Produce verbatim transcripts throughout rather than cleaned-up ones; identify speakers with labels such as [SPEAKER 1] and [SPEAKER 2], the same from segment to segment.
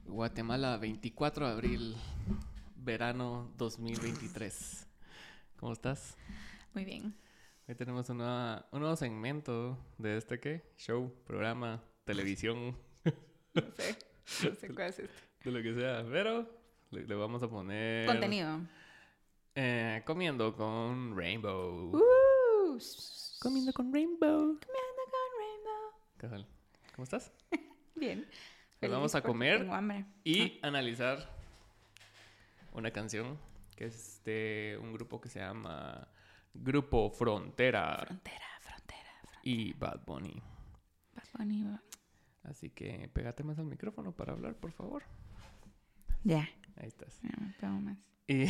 [SPEAKER 1] Guatemala, veinticuatro de abril, verano dos mil veintitrés. ¿Cómo estás?
[SPEAKER 2] Muy bien.
[SPEAKER 1] Hoy tenemos una, un nuevo segmento de este, ¿qué? Show, programa, televisión.
[SPEAKER 2] No sé, no sé cuál es este.
[SPEAKER 1] De lo que sea, pero le, le vamos a poner...
[SPEAKER 2] Contenido.
[SPEAKER 1] Eh, comiendo con Rainbow.
[SPEAKER 2] Uh,
[SPEAKER 1] Comiendo con Rainbow.
[SPEAKER 2] Comiendo con Rainbow.
[SPEAKER 1] Cabal. ¿Cómo estás?
[SPEAKER 2] Bien.
[SPEAKER 1] Pues
[SPEAKER 2] Feliz
[SPEAKER 1] vamos a
[SPEAKER 2] porque
[SPEAKER 1] comer
[SPEAKER 2] tengo hambre.
[SPEAKER 1] y analizar una canción que es de un grupo que se llama Grupo Frontera
[SPEAKER 2] Frontera, frontera, frontera.
[SPEAKER 1] y Bad Bunny.
[SPEAKER 2] Bad Bunny. Bad-
[SPEAKER 1] Así que pégate más al micrófono para hablar, por favor.
[SPEAKER 2] Ya.
[SPEAKER 1] Ahí estás.
[SPEAKER 2] Ya me pego más.
[SPEAKER 1] Y,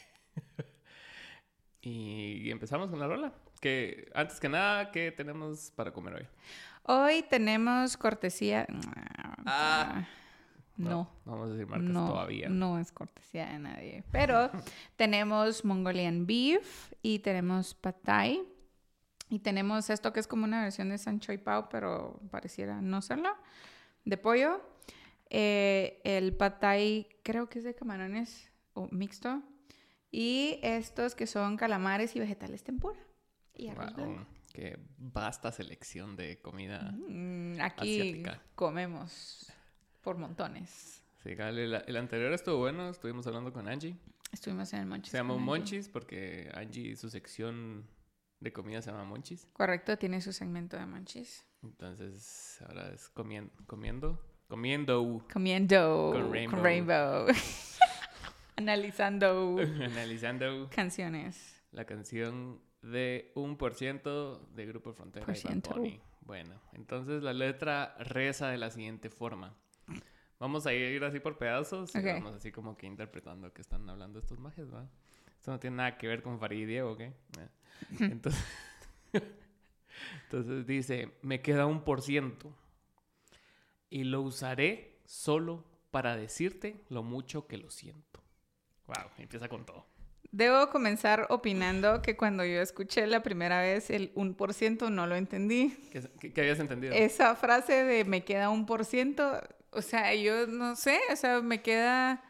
[SPEAKER 1] y empezamos con la rola. Que antes que nada, ¿qué tenemos para comer hoy?
[SPEAKER 2] Hoy tenemos cortesía.
[SPEAKER 1] Ah.
[SPEAKER 2] No.
[SPEAKER 1] No vamos a decir marcas
[SPEAKER 2] no,
[SPEAKER 1] todavía.
[SPEAKER 2] no es cortesía de nadie. Pero tenemos Mongolian Beef y tenemos Pad Thai. Y tenemos esto que es como una versión de San Choi Pao, pero pareciera no serlo, de pollo. Eh, el Pad Thai creo que es de camarones o mixto. Y estos que son calamares y vegetales tempura. Y arroz
[SPEAKER 1] Wow,
[SPEAKER 2] blanco.
[SPEAKER 1] qué vasta selección de comida.
[SPEAKER 2] Mm, aquí
[SPEAKER 1] asiática.
[SPEAKER 2] comemos por montones.
[SPEAKER 1] Sí, Gal, el, el anterior estuvo bueno. Estuvimos hablando con Angie.
[SPEAKER 2] Estuvimos en el Monchis.
[SPEAKER 1] Se llama
[SPEAKER 2] con Angie.
[SPEAKER 1] Monchis porque Angie, su sección de comida se llama Monchis.
[SPEAKER 2] Correcto, tiene su segmento de Monchis.
[SPEAKER 1] Entonces, ahora es comien- comiendo. Comiendo.
[SPEAKER 2] Comiendo
[SPEAKER 1] Con Rainbow.
[SPEAKER 2] con Rainbow. Analizando
[SPEAKER 1] Analizando
[SPEAKER 2] canciones.
[SPEAKER 1] la canción de un por ciento de Grupo Frontera
[SPEAKER 2] Por
[SPEAKER 1] y Bad
[SPEAKER 2] ciento.
[SPEAKER 1] Bunny. Bueno, entonces la letra reza de la siguiente forma. Vamos a ir así por pedazos y
[SPEAKER 2] Ok.
[SPEAKER 1] vamos así como que interpretando que están hablando estos majes, ¿va? Esto no tiene nada que ver con Farid y Diego, ¿ok? Eh. Entonces, entonces dice, me queda un por ciento y lo usaré solo para decirte lo mucho que lo siento. Wow, empieza con todo.
[SPEAKER 2] Debo comenzar opinando que cuando yo escuché la primera vez el un por ciento no lo entendí.
[SPEAKER 1] ¿Qué, qué, qué habías entendido?
[SPEAKER 2] Esa frase de me queda un por ciento, o sea, yo no sé, o sea, me queda...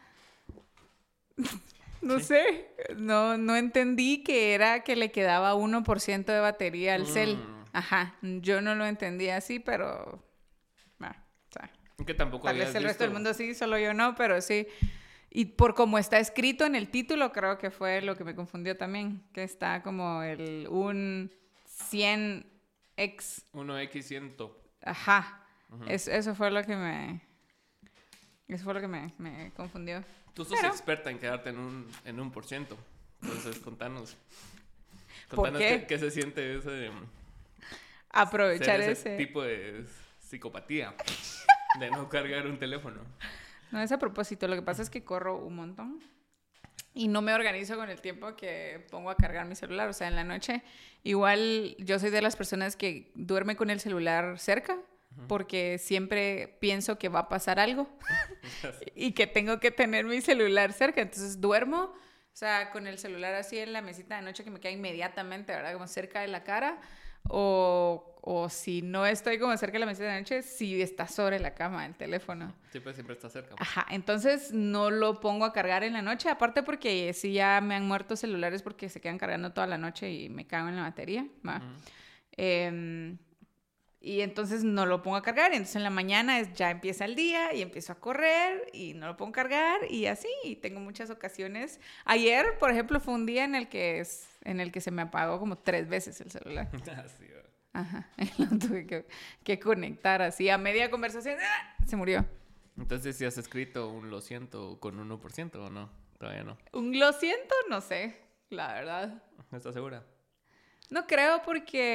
[SPEAKER 2] No
[SPEAKER 1] Sí.
[SPEAKER 2] sé, no, no entendí que era que le quedaba uno por ciento de batería al cel.
[SPEAKER 1] Mm.
[SPEAKER 2] Ajá, yo no lo entendía así, pero... ah, o sea,
[SPEAKER 1] Que tampoco
[SPEAKER 2] tal vez
[SPEAKER 1] habías
[SPEAKER 2] el resto del
[SPEAKER 1] visto-
[SPEAKER 2] mundo sí, solo yo no, pero sí. Y por como está escrito en el título, creo que fue lo que me confundió también, que está como el un cien x,
[SPEAKER 1] uno equis ciento.
[SPEAKER 2] ajá.
[SPEAKER 1] Ujú.
[SPEAKER 2] Es- eso fue lo que me... Eso fue lo que me, me confundió.
[SPEAKER 1] Tú sos
[SPEAKER 2] Pero-
[SPEAKER 1] experta en quedarte en un, en un por ciento. Entonces, contanos.
[SPEAKER 2] ¿Por
[SPEAKER 1] Contanos
[SPEAKER 2] qué?
[SPEAKER 1] qué, qué se siente ese,
[SPEAKER 2] Aprovechar
[SPEAKER 1] ser ese
[SPEAKER 2] ese...
[SPEAKER 1] tipo de psicopatía de no cargar un teléfono.
[SPEAKER 2] No es a propósito, lo que pasa es que corro un montón y no me organizo con el tiempo que pongo a cargar mi celular. O sea, en la noche, igual yo soy de las personas que duerme con el celular cerca porque siempre pienso que va a pasar algo y que tengo que tener mi celular cerca. Entonces duermo, o sea, con el celular así en la mesita de noche que me queda inmediatamente, ¿verdad? Como cerca de la cara. O, o si no estoy como cerca de la mesita de la noche, si está sobre la cama el teléfono.
[SPEAKER 1] Siempre, siempre está cerca.
[SPEAKER 2] Ajá, entonces no lo pongo a cargar en la noche, aparte porque sí ya me han muerto celulares porque se quedan cargando toda la noche y me cago en la batería, ¿va?
[SPEAKER 1] Ujú.
[SPEAKER 2] Eh, y entonces no lo pongo a cargar, y entonces en la mañana es, ya empieza el día y empiezo a correr y no lo pongo a cargar y así, y tengo muchas ocasiones. Ayer, por ejemplo, fue un día en el que, es, en el que se me apagó como tres veces el celular.
[SPEAKER 1] Así, ¿verdad?
[SPEAKER 2] Ajá, y lo tuve que, que conectar así, a media conversación, ¡ah! Se murió.
[SPEAKER 1] Entonces, ¿si has escrito un lo siento con uno por ciento o no? Todavía no.
[SPEAKER 2] Un lo siento, no sé, la verdad.
[SPEAKER 1] ¿No estás segura?
[SPEAKER 2] No creo
[SPEAKER 1] Es que,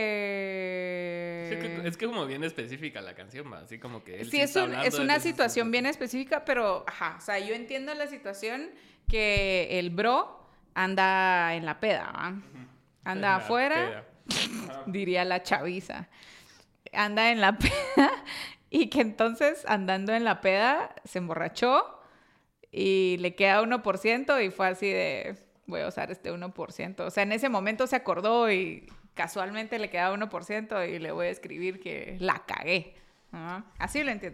[SPEAKER 2] porque...
[SPEAKER 1] es que como bien específica la canción, ¿va? Así como que él
[SPEAKER 2] Sí,
[SPEAKER 1] sí
[SPEAKER 2] es,
[SPEAKER 1] está
[SPEAKER 2] un-
[SPEAKER 1] hablando
[SPEAKER 2] es una
[SPEAKER 1] desde su
[SPEAKER 2] situación
[SPEAKER 1] punto-
[SPEAKER 2] bien específica, pero, ajá, o sea, yo entiendo la situación que el bro anda en la peda, ¿va? Anda
[SPEAKER 1] La
[SPEAKER 2] afuera,
[SPEAKER 1] peda.
[SPEAKER 2] diría la chaviza. Anda en la peda y que entonces, andando en la peda, se emborrachó y le queda uno por ciento y fue así de, voy a usar este uno por ciento. O sea, en ese momento se acordó y casualmente le quedaba uno por ciento y le voy a escribir que la cagué. Ajá. Así lo entiendo yo.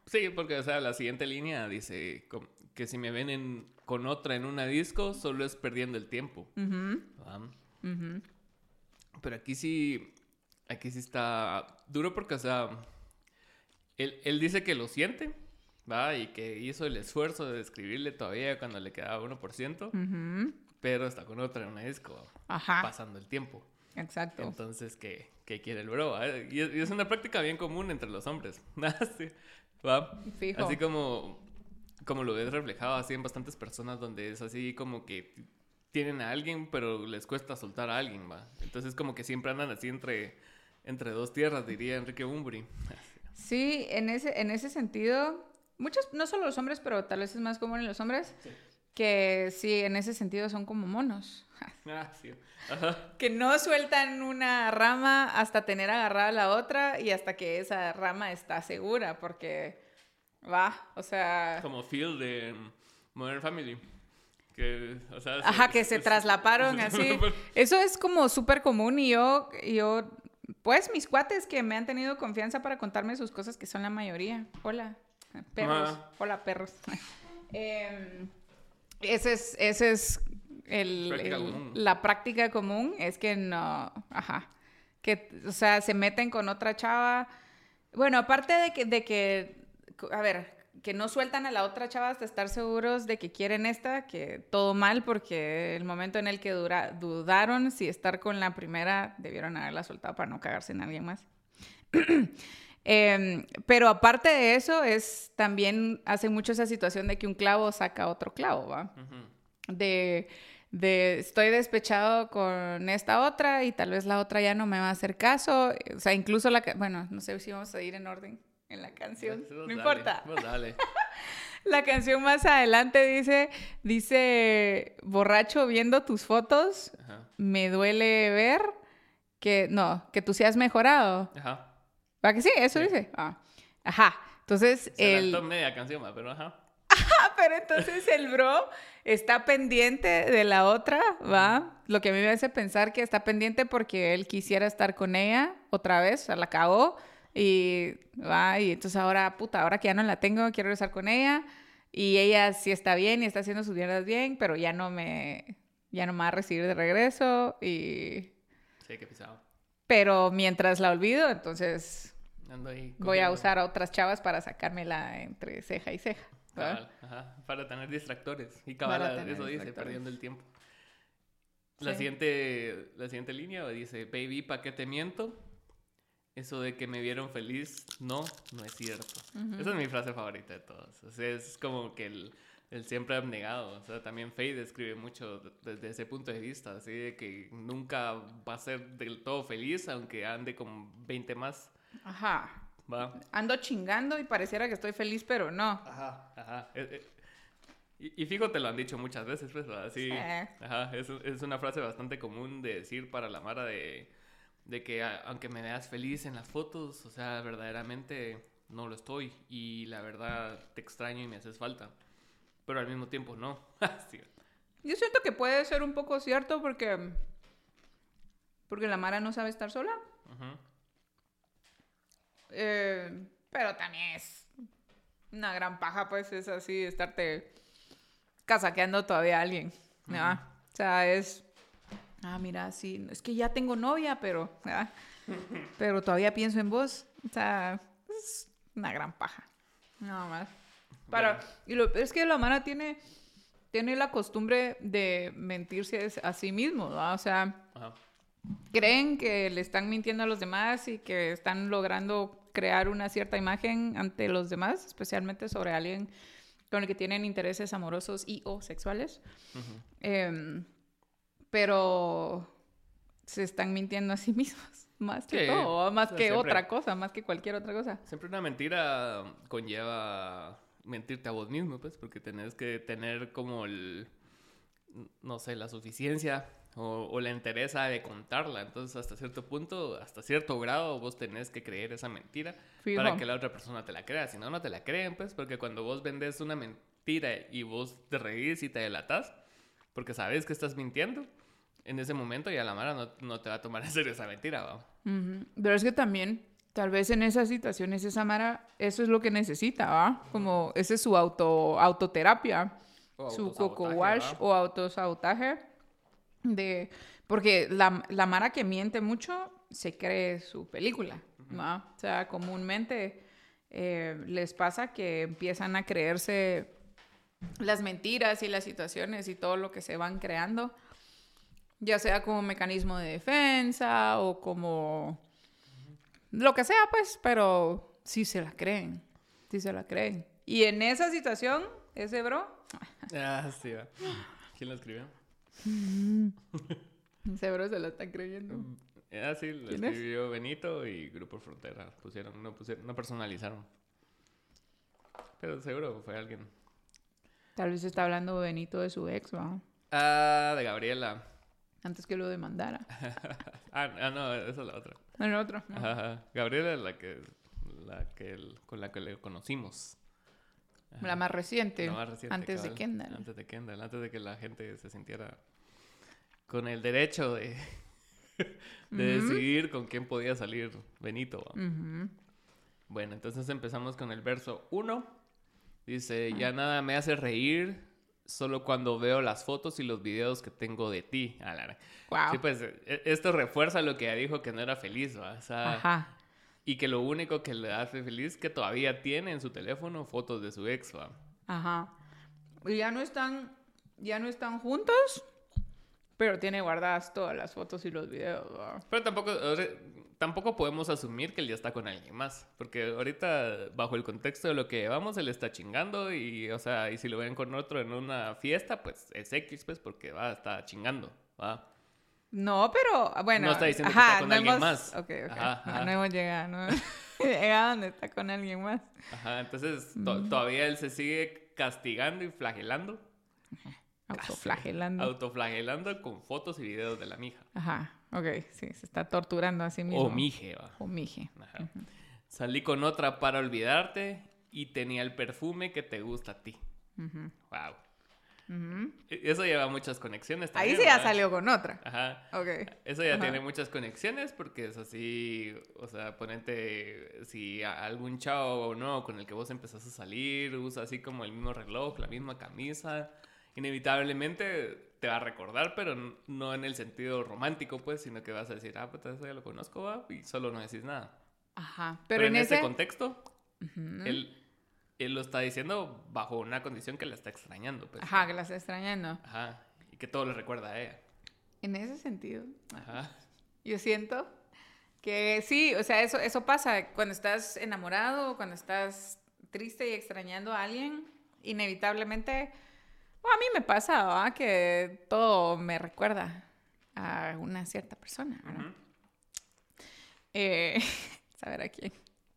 [SPEAKER 1] Sí, porque, o sea, la siguiente línea dice com- que si me ven en- con otra en una disco, solo es perdiendo el tiempo.
[SPEAKER 2] Ujú,
[SPEAKER 1] ¿Va?
[SPEAKER 2] ujú.
[SPEAKER 1] Pero aquí sí, aquí sí está duro porque, o sea, él, él dice que lo siente, ¿va? Y que hizo el esfuerzo de escribirle todavía cuando le quedaba uno por ciento,
[SPEAKER 2] Ujú.
[SPEAKER 1] pero está con otra en una disco, ¿va?
[SPEAKER 2] Ajá,
[SPEAKER 1] Pasando el tiempo.
[SPEAKER 2] exacto.
[SPEAKER 1] Entonces, ¿qué, qué quiere el bro? ¿Va? Y, es, y es una práctica bien común entre los hombres. Así, ¿va?
[SPEAKER 2] Fijo.
[SPEAKER 1] Así como, como lo ves reflejado así en bastantes personas donde es así como que tienen a alguien, pero les cuesta soltar a alguien, ¿va? Entonces, como que siempre andan así entre, entre dos tierras, diría Enrique Bunbury.
[SPEAKER 2] Sí, en ese, en ese sentido, muchos, no solo los hombres, pero tal vez es más común en los hombres,
[SPEAKER 1] Sí.
[SPEAKER 2] que sí, en ese sentido son como monos.
[SPEAKER 1] Ah, sí. Ajá.
[SPEAKER 2] Que no sueltan una rama hasta tener agarrada la otra y hasta que esa rama está segura, porque va, o sea...
[SPEAKER 1] Como Phil de Modern Family. Que, o sea,
[SPEAKER 2] Ajá, que se traslaparon así. Eso es como súper común y yo, yo, pues mis cuates que me han tenido confianza para contarme sus cosas, que son la mayoría. Hola, perros.
[SPEAKER 1] Ajá.
[SPEAKER 2] Hola, perros. Eh, ese es, ese es el,
[SPEAKER 1] Práctica
[SPEAKER 2] el-
[SPEAKER 1] común.
[SPEAKER 2] la práctica común, es que no, ajá, que, o sea, se meten con otra chava. Bueno, aparte de que, de que, a ver, que no sueltan a la otra chava hasta estar seguros de que quieren esta, que todo mal, porque el momento en el que dura- dudaron si estar con la primera, debieron haberla soltado para no cagarse en alguien más. Em, pero aparte de eso, es también hace mucho esa situación de que un clavo saca otro clavo, ¿va?
[SPEAKER 1] Ujú.
[SPEAKER 2] De, de estoy despechado con esta otra y tal vez la otra ya no me va a hacer caso. O sea, incluso la... ca- Bueno, no sé si vamos a ir en orden en la canción.
[SPEAKER 1] Vos
[SPEAKER 2] No
[SPEAKER 1] dale,
[SPEAKER 2] importa.
[SPEAKER 1] vos dale.
[SPEAKER 2] La canción más adelante dice, dice, borracho viendo tus fotos,
[SPEAKER 1] Ajá.
[SPEAKER 2] me duele ver que, no, que tú seas mejorado.
[SPEAKER 1] Ajá.
[SPEAKER 2] ¿Va que sí? Eso
[SPEAKER 1] Sí.
[SPEAKER 2] dice. Ah. Ajá. Entonces,
[SPEAKER 1] Se
[SPEAKER 2] el...
[SPEAKER 1] adelantó media canción, ma, pero ajá.
[SPEAKER 2] Ah, pero entonces el bro está pendiente de la otra, ¿va? Lo que a mí me hace pensar que está pendiente porque él quisiera estar con ella otra vez, o sea, la cagó y va, y entonces ahora, puta, ahora que ya no la tengo, quiero regresar con ella y ella sí está bien y está haciendo sus mierdas bien, pero ya no me, ya no me va a recibir de regreso y...
[SPEAKER 1] Sí, qué pisado.
[SPEAKER 2] Pero mientras la olvido, entonces
[SPEAKER 1] Ando ahí
[SPEAKER 2] voy a
[SPEAKER 1] cogiendo.
[SPEAKER 2] usar a otras chavas para sacármela entre ceja y ceja, ¿va?
[SPEAKER 1] Cabal, ajá, para tener distractores. Y
[SPEAKER 2] Para
[SPEAKER 1] cabal,
[SPEAKER 2] tener
[SPEAKER 1] eso dice,
[SPEAKER 2] distractores.
[SPEAKER 1] perdiendo el tiempo. La,
[SPEAKER 2] Sí.
[SPEAKER 1] siguiente, la siguiente línea dice, baby, ¿pa' qué te miento? Eso de que me vieron feliz, no, no es cierto.
[SPEAKER 2] Ujú.
[SPEAKER 1] Esa es mi frase favorita de todas. O sea, es como que el, el siempre abnegado. O sea, también Fade escribe mucho desde ese punto de vista, así de que nunca va a ser del todo feliz, aunque ande con veinte más.
[SPEAKER 2] Ajá.
[SPEAKER 1] Va.
[SPEAKER 2] Ando chingando y pareciera que estoy feliz, pero no.
[SPEAKER 1] Ajá, ajá. Eh, eh, Y, y fijo, te lo han dicho muchas veces, pues, ¿verdad? Así,
[SPEAKER 2] Sí.
[SPEAKER 1] ajá, es, es una frase bastante común de decir para la Mara de, de que a- aunque me veas feliz en las fotos, o sea, verdaderamente no lo estoy y la verdad te extraño y me haces falta, pero al mismo tiempo no. Sí.
[SPEAKER 2] Yo siento que puede ser un poco cierto porque... Porque la Mara no sabe estar sola.
[SPEAKER 1] Ujú.
[SPEAKER 2] Eh, pero también es una gran paja, pues, es así, estarte casaqueando todavía a alguien. ¿No? O sea, es... Ah, mira, sí, es que ya tengo novia, pero... ¿no? Pero todavía pienso en vos. O sea, es una gran paja. Nada más. Para,
[SPEAKER 1] Bueno.
[SPEAKER 2] y lo es que la Mara tiene, tiene la costumbre de mentirse a sí mismo, ¿no? O sea,
[SPEAKER 1] Ajá.
[SPEAKER 2] creen que le están mintiendo a los demás y que están logrando crear una cierta imagen ante los demás, especialmente sobre alguien con el que tienen intereses amorosos y o sexuales.
[SPEAKER 1] Ujú.
[SPEAKER 2] Em, pero se están mintiendo a sí mismos, más que
[SPEAKER 1] Sí,
[SPEAKER 2] todo, más
[SPEAKER 1] o sea,
[SPEAKER 2] que
[SPEAKER 1] siempre.
[SPEAKER 2] otra cosa, más que cualquier otra cosa.
[SPEAKER 1] Siempre una mentira conlleva mentirte a vos mismo, pues, porque tenés que tener como el, no sé, la suficiencia o, o la entereza de contarla. Entonces, hasta cierto punto, hasta cierto grado, vos tenés que creer esa mentira
[SPEAKER 2] Fijo.
[SPEAKER 1] para que la otra persona te la crea. Si no, no te la creen, pues, porque cuando vos vendes una mentira y vos te reís y te delatás, porque sabes que estás mintiendo, en ese momento ya la Mara no, no te va a tomar en serio esa mentira, ¿va?
[SPEAKER 2] Ujú. Pero es que también Tal vez en esas situaciones esa Mara, eso es lo que necesita, ¿va? Como ese es su auto, autoterapia,
[SPEAKER 1] O
[SPEAKER 2] su coco
[SPEAKER 1] autosabotaje,
[SPEAKER 2] wash
[SPEAKER 1] ¿va?
[SPEAKER 2] o autosabotaje. De, porque la, la Mara que miente mucho se cree su película, ¿va? O sea, comúnmente eh, les pasa que empiezan a creerse las mentiras y las situaciones y todo lo que se van creando, ya sea como mecanismo de defensa o como lo que sea, pues, pero sí se la creen, sí se la creen. Y en esa situación, ese bro,
[SPEAKER 1] Ah, sí, va. ¿Quién lo escribió?
[SPEAKER 2] ese bro se la está creyendo.
[SPEAKER 1] Ah, sí, lo
[SPEAKER 2] ¿Quién es?
[SPEAKER 1] escribió Benito y Grupo Frontera. Pusieron, no, pusieron, no personalizaron. Pero seguro fue alguien.
[SPEAKER 2] Tal vez está hablando Benito de su ex, ¿va?
[SPEAKER 1] Ah, de Gabriela.
[SPEAKER 2] Antes que lo demandara.
[SPEAKER 1] ah, ah, no, esa es la otra.
[SPEAKER 2] El otro. ¿no?
[SPEAKER 1] Ajá. Gabriela es la que, la que el- con la que le conocimos. Ajá.
[SPEAKER 2] La más reciente.
[SPEAKER 1] La más reciente,
[SPEAKER 2] Antes de
[SPEAKER 1] cabal.
[SPEAKER 2] Kendall.
[SPEAKER 1] Antes de Kendall, antes de que la gente se sintiera con el derecho de, de
[SPEAKER 2] Ujú.
[SPEAKER 1] decidir con quién podía salir Benito. ¿va?
[SPEAKER 2] Ujú.
[SPEAKER 1] Bueno, entonces empezamos con el verso uno. Dice, ya nada me hace reír, solo cuando veo las fotos y los videos que tengo de ti. Ah, la-
[SPEAKER 2] Wow.
[SPEAKER 1] Sí, pues e- esto refuerza lo que ella dijo, que no era feliz, ¿va? O sea,
[SPEAKER 2] Ajá.
[SPEAKER 1] y que lo único que le hace feliz es que todavía tiene en su teléfono fotos de su ex, ¿va?
[SPEAKER 2] Ajá. Y ya no están, ya no están juntos, pero tiene guardadas todas las fotos y los videos, ¿va?
[SPEAKER 1] Pero tampoco, o sea, tampoco podemos asumir que él ya está con alguien más. Porque ahorita, bajo el contexto de lo que llevamos, él está chingando. Y, o sea, y si lo ven con otro en una fiesta, pues es X, pues, porque va, está chingando, ¿va?
[SPEAKER 2] No, pero bueno.
[SPEAKER 1] No está diciendo que
[SPEAKER 2] ajá,
[SPEAKER 1] está con
[SPEAKER 2] no
[SPEAKER 1] alguien
[SPEAKER 2] hemos-
[SPEAKER 1] más.
[SPEAKER 2] Ok, ok.
[SPEAKER 1] Ajá,
[SPEAKER 2] No,
[SPEAKER 1] ajá.
[SPEAKER 2] no hemos llegado, no hemos llegado a donde está con alguien más.
[SPEAKER 1] Ajá, entonces to- todavía él se sigue castigando y flagelando.
[SPEAKER 2] Autoflagelando.
[SPEAKER 1] Autoflagelando con fotos y videos de la mija.
[SPEAKER 2] Ajá, ok, sí, se está torturando a sí mismo.
[SPEAKER 1] O mije, va.
[SPEAKER 2] O mije.
[SPEAKER 1] Ajá. Salí con otra para olvidarte y tenía el perfume que te gusta a ti.
[SPEAKER 2] Ujú,
[SPEAKER 1] Wow.
[SPEAKER 2] ujú.
[SPEAKER 1] Eso lleva muchas conexiones
[SPEAKER 2] Ahí
[SPEAKER 1] también.
[SPEAKER 2] sí ya
[SPEAKER 1] ¿verdad?
[SPEAKER 2] salió con otra.
[SPEAKER 1] Ajá.
[SPEAKER 2] Ok.
[SPEAKER 1] Eso ya
[SPEAKER 2] Ajá.
[SPEAKER 1] tiene muchas conexiones porque es así, o sea, ponente, si a- algún chavo no con el que vos empezás a salir usa así como el mismo reloj, la misma camisa, inevitablemente te va a recordar, pero n- no en el sentido romántico, pues, sino que vas a decir, ah, pues eso ya lo conozco, va, y solo no decís nada.
[SPEAKER 2] Ajá.
[SPEAKER 1] Pero,
[SPEAKER 2] Pero,
[SPEAKER 1] en,
[SPEAKER 2] en
[SPEAKER 1] ese
[SPEAKER 2] ese...
[SPEAKER 1] contexto,
[SPEAKER 2] Ujú.
[SPEAKER 1] él, él lo está diciendo bajo una condición que la está extrañando, pues.
[SPEAKER 2] Ajá, que la está extrañando.
[SPEAKER 1] Ajá. Y que todo le recuerda a ella.
[SPEAKER 2] En ese sentido,
[SPEAKER 1] Ajá.
[SPEAKER 2] yo siento que sí, o sea, eso, eso pasa cuando estás enamorado, cuando estás triste y extrañando a alguien, inevitablemente, o a mí me pasa, ¿verdad? Que todo me recuerda a una cierta persona, ¿verdad?
[SPEAKER 1] Ujú.
[SPEAKER 2] Eh, saber a quién.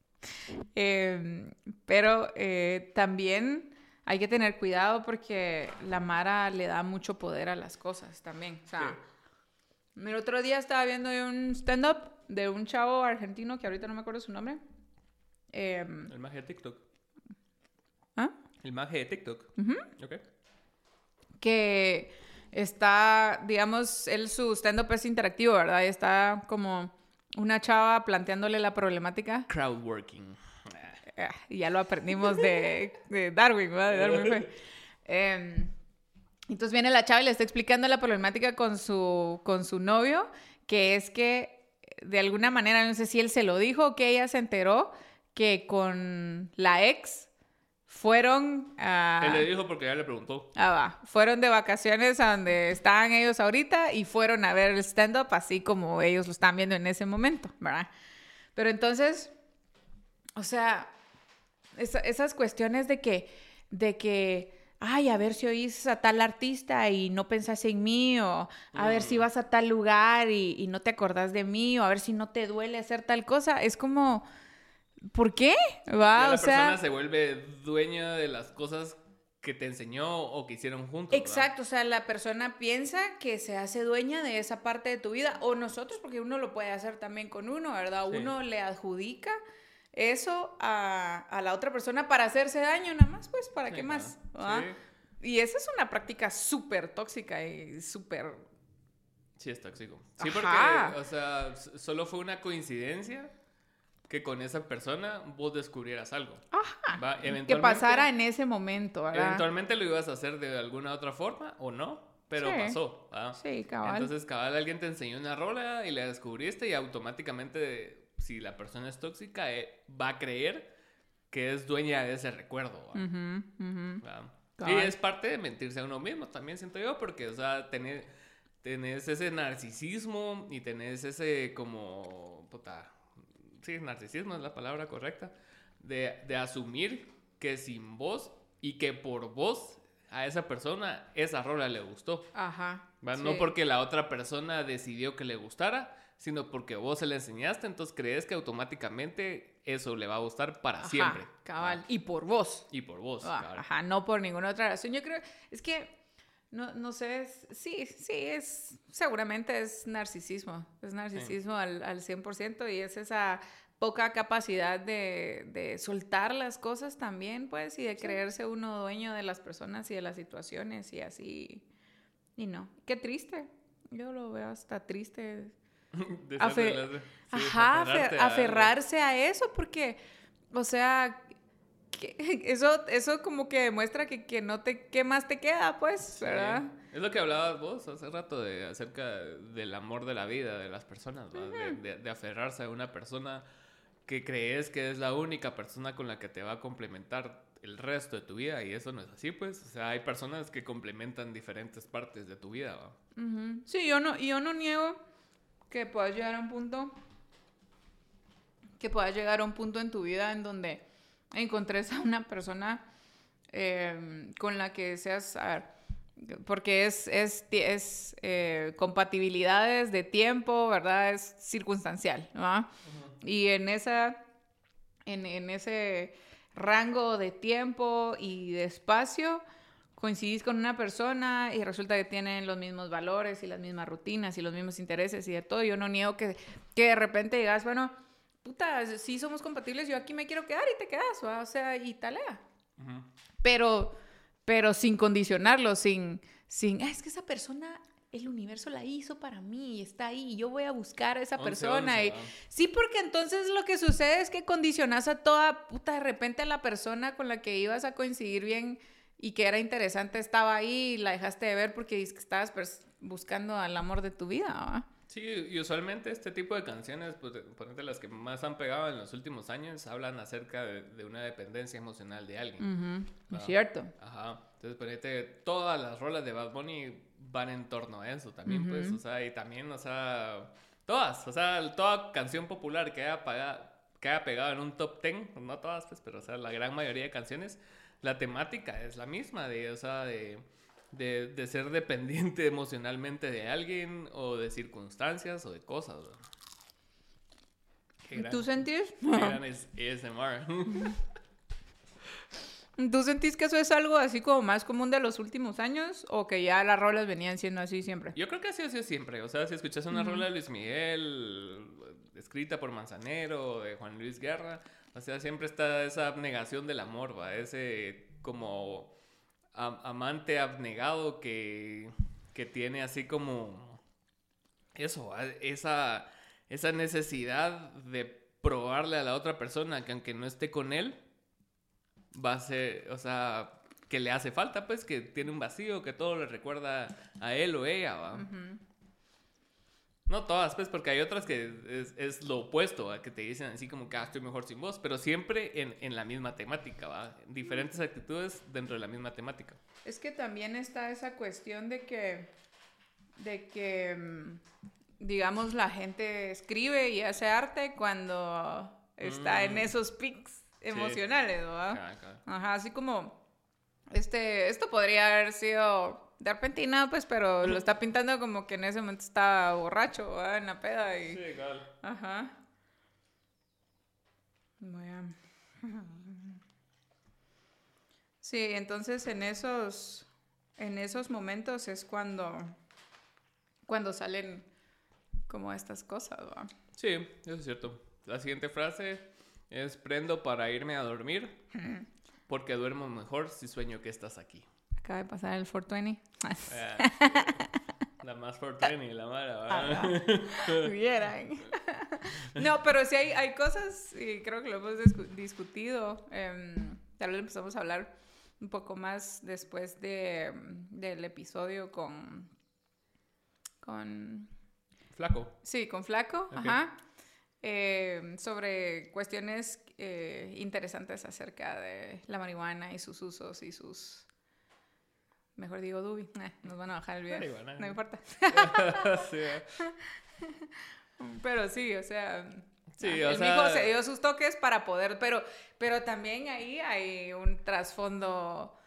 [SPEAKER 2] Eh, pero eh, también hay que tener cuidado porque la Mara le da mucho poder a las cosas también. O sea,
[SPEAKER 1] Sí.
[SPEAKER 2] el otro día estaba viendo un stand-up de un chavo argentino que ahorita no me acuerdo su nombre. Eh,
[SPEAKER 1] El maje de TikTok.
[SPEAKER 2] ¿ah?
[SPEAKER 1] El maje de TikTok.
[SPEAKER 2] Ujú.
[SPEAKER 1] Ok.
[SPEAKER 2] Que está, digamos, él su stand-up es interactivo, ¿verdad? Y está como una chava planteándole la problemática.
[SPEAKER 1] Crowdworking.
[SPEAKER 2] Ah, y ya lo aprendimos de, de Darwin, ¿verdad? De Darwin fue. Eh, entonces viene la chava y le está explicando la problemática con su, con su novio, que es que de alguna manera, no sé si él se lo dijo o que ella se enteró, que con la ex fueron a...
[SPEAKER 1] Él le dijo porque ya le preguntó.
[SPEAKER 2] Ah, va. Fueron de vacaciones a donde estaban ellos ahorita y fueron a ver el stand-up así como ellos lo están viendo en ese momento, ¿verdad? Pero entonces, o sea, esa- esas cuestiones de que, de que, ay, a ver si oís a tal artista y no pensás en mí, o a ver si vas a tal lugar y, y no te acordás de mí, o a ver si no te duele hacer tal cosa, es como... ¿Por qué?
[SPEAKER 1] Ya
[SPEAKER 2] Va,
[SPEAKER 1] la
[SPEAKER 2] o sea,
[SPEAKER 1] persona se vuelve dueña de las cosas que te enseñó o que hicieron juntos. ¿verdad?
[SPEAKER 2] exacto, o sea, la persona piensa que se hace dueña de esa parte de tu vida, o nosotros, porque uno lo puede hacer también con uno, ¿verdad?
[SPEAKER 1] Sí.
[SPEAKER 2] Uno le adjudica eso a, a la otra persona para hacerse daño nada más, pues, ¿para
[SPEAKER 1] Sí,
[SPEAKER 2] qué más?
[SPEAKER 1] claro.
[SPEAKER 2] ¿Va? Y esa es una práctica súper tóxica y súper...
[SPEAKER 1] Sí, es tóxico. Sí,
[SPEAKER 2] Ajá.
[SPEAKER 1] porque, o sea, s- solo fue una coincidencia que con esa persona vos descubrieras algo.
[SPEAKER 2] Ajá.
[SPEAKER 1] ¿Va?
[SPEAKER 2] Que pasara en ese momento, ¿verdad?
[SPEAKER 1] Eventualmente lo ibas a hacer de alguna otra forma o no, pero
[SPEAKER 2] sí.
[SPEAKER 1] pasó. ¿Va?
[SPEAKER 2] Sí, cabal.
[SPEAKER 1] Entonces, cabal, alguien te enseñó una rola y la descubriste y automáticamente, si la persona es tóxica, eh, va a creer que es dueña de ese recuerdo. ¿Va?
[SPEAKER 2] Uh-huh, uh-huh.
[SPEAKER 1] ¿Va? Y es parte de mentirse a uno mismo también, siento yo, porque, o sea, tenés, tenés ese narcisismo y tenés ese como, puta, sí, narcisismo es la palabra correcta, de, de asumir que sin vos y que por vos a esa persona esa rola le gustó.
[SPEAKER 2] Ajá.
[SPEAKER 1] ¿Va?
[SPEAKER 2] Sí.
[SPEAKER 1] No porque la otra persona decidió que le gustara, sino porque vos se la enseñaste, entonces crees que automáticamente eso le va a gustar para
[SPEAKER 2] Ajá,
[SPEAKER 1] siempre.
[SPEAKER 2] cabal.
[SPEAKER 1] ¿Va?
[SPEAKER 2] Y por vos.
[SPEAKER 1] Y por vos,
[SPEAKER 2] Ah,
[SPEAKER 1] cabal.
[SPEAKER 2] ajá, no por ninguna otra razón. Yo creo, es que, no, no sé, es, sí, sí, es, seguramente es narcisismo. Es narcisismo sí. al, al cien por ciento y es esa poca capacidad de, de soltar las cosas también, pues, y de sí. creerse uno dueño de las personas y de las situaciones y así. Y no, qué triste. Yo lo veo hasta triste. Afer- sí, Ajá, afer- a aferrarse a eso porque, o sea, que, eso, eso como que demuestra que, que no te, ¿qué más te queda, pues, ¿verdad?
[SPEAKER 1] Sí. Es lo que hablabas vos hace rato de, acerca del amor de la vida de las personas, ¿va? Uh-huh. de, de, de aferrarse a una persona que crees que es la única persona con la que te va a complementar el resto de tu vida y eso no es así, pues, o sea, hay personas que complementan diferentes partes de tu vida, ¿va?
[SPEAKER 2] Uh-huh. Sí, yo no, yo no niego que puedas llegar a un punto que puedas llegar a un punto en tu vida en donde encontres a una persona eh, con la que seas, a ver, porque es, es, es eh, compatibilidades de tiempo, ¿verdad? Es circunstancial, ¿no? Uh-huh. Y en esa, en, en ese rango de tiempo y de espacio, coincidís con una persona y resulta que tienen los mismos valores y las mismas rutinas y los mismos intereses y de todo. Yo no niego que, que de repente digas, bueno, puta, sí somos compatibles, yo aquí me quiero quedar y te quedas, ¿va? O sea, y talea. Uh-huh. Pero, pero sin condicionarlo, sin, sin, ah, es que esa persona, el universo la hizo para mí y está ahí y yo voy a buscar a esa once, persona. once, y, ¿no? Sí, porque entonces lo que sucede es que condicionas a toda, puta, de repente a la persona con la que ibas a coincidir bien y que era interesante estaba ahí y la dejaste de ver porque estabas buscando al amor de tu vida, ¿va?
[SPEAKER 1] Sí, y usualmente este tipo de canciones, pues, por ejemplo, las que más han pegado en los últimos años, hablan acerca de, de una dependencia emocional de alguien.
[SPEAKER 2] Uh-huh.
[SPEAKER 1] ¿Ah?
[SPEAKER 2] Es cierto.
[SPEAKER 1] Ajá. Entonces, por ejemplo, todas las rolas de Bad Bunny van en torno a eso también, uh-huh. pues, o sea, y también, o sea, todas, o sea, toda canción popular que haya, pagado, que haya pegado en un top ten, no todas, pues, pero, o sea, la gran mayoría de canciones, la temática es la misma, de, o sea, de... De, de ser dependiente emocionalmente de alguien o de circunstancias o de cosas.
[SPEAKER 2] Gran, ¿tú sentís?
[SPEAKER 1] Qué gran es A S M R.
[SPEAKER 2] ¿Tú sentís que eso es algo así como más común de los últimos años o que ya las rolas venían siendo así siempre?
[SPEAKER 1] Yo creo que así ha sido siempre. O sea, si escuchas una uh-huh. rola de Luis Miguel escrita por Manzanero o de Juan Luis Guerra, o sea, siempre está esa abnegación del amor, ¿va? Ese como... amante abnegado que, que tiene así como eso, esa, esa necesidad de probarle a la otra persona que aunque no esté con él, va a ser, o sea, que le hace falta, pues, que tiene un vacío, que todo le recuerda a él o ella, ¿va? Uh-huh. No todas, pues, porque hay otras que es, es lo opuesto, ¿va? Que te dicen así como que ah, estoy mejor sin vos, pero siempre en, en la misma temática, ¿va? Diferentes actitudes dentro de la misma temática.
[SPEAKER 2] Es que también está esa cuestión de que, de que, digamos, la gente escribe y hace arte cuando está mm. en esos pics emocionales, sí. ¿Va? Claro, claro. Ajá, así como, este, esto podría haber sido... de Argentina, pues, pero lo está pintando como que en ese momento está borracho, ¿verdad? En la peda y...
[SPEAKER 1] Sí, claro.
[SPEAKER 2] Ajá. Voy a... Sí, entonces en esos... En esos momentos es cuando... Cuando salen como estas cosas, ¿verdad?
[SPEAKER 1] Sí, eso es cierto. La siguiente frase es: prendo para irme a dormir porque duermo mejor si sueño que estás aquí.
[SPEAKER 2] Acaba de pasar el cuatrocientos veinte.
[SPEAKER 1] Ah, sí. La más cuatrocientos veinte, la mala, ¿verdad?
[SPEAKER 2] Vieran. No, pero sí hay, hay cosas, y creo que lo hemos discu- discutido. Eh, tal vez empezamos a hablar un poco más después de, del episodio con... con
[SPEAKER 1] Flaco.
[SPEAKER 2] Sí, con Flaco,
[SPEAKER 1] Okay.
[SPEAKER 2] ajá. Eh, sobre cuestiones eh, interesantes acerca de la marihuana y sus usos y sus... Mejor digo Dubi. Eh, nos van a bajar el video.
[SPEAKER 1] Marihuana.
[SPEAKER 2] No me importa.
[SPEAKER 1] Sí, ¿eh?
[SPEAKER 2] Pero sí, o sea...
[SPEAKER 1] Sí,
[SPEAKER 2] ah,
[SPEAKER 1] o
[SPEAKER 2] el
[SPEAKER 1] sea-
[SPEAKER 2] mijo se dio sus toques para poder... Pero, pero también ahí hay un trasfondo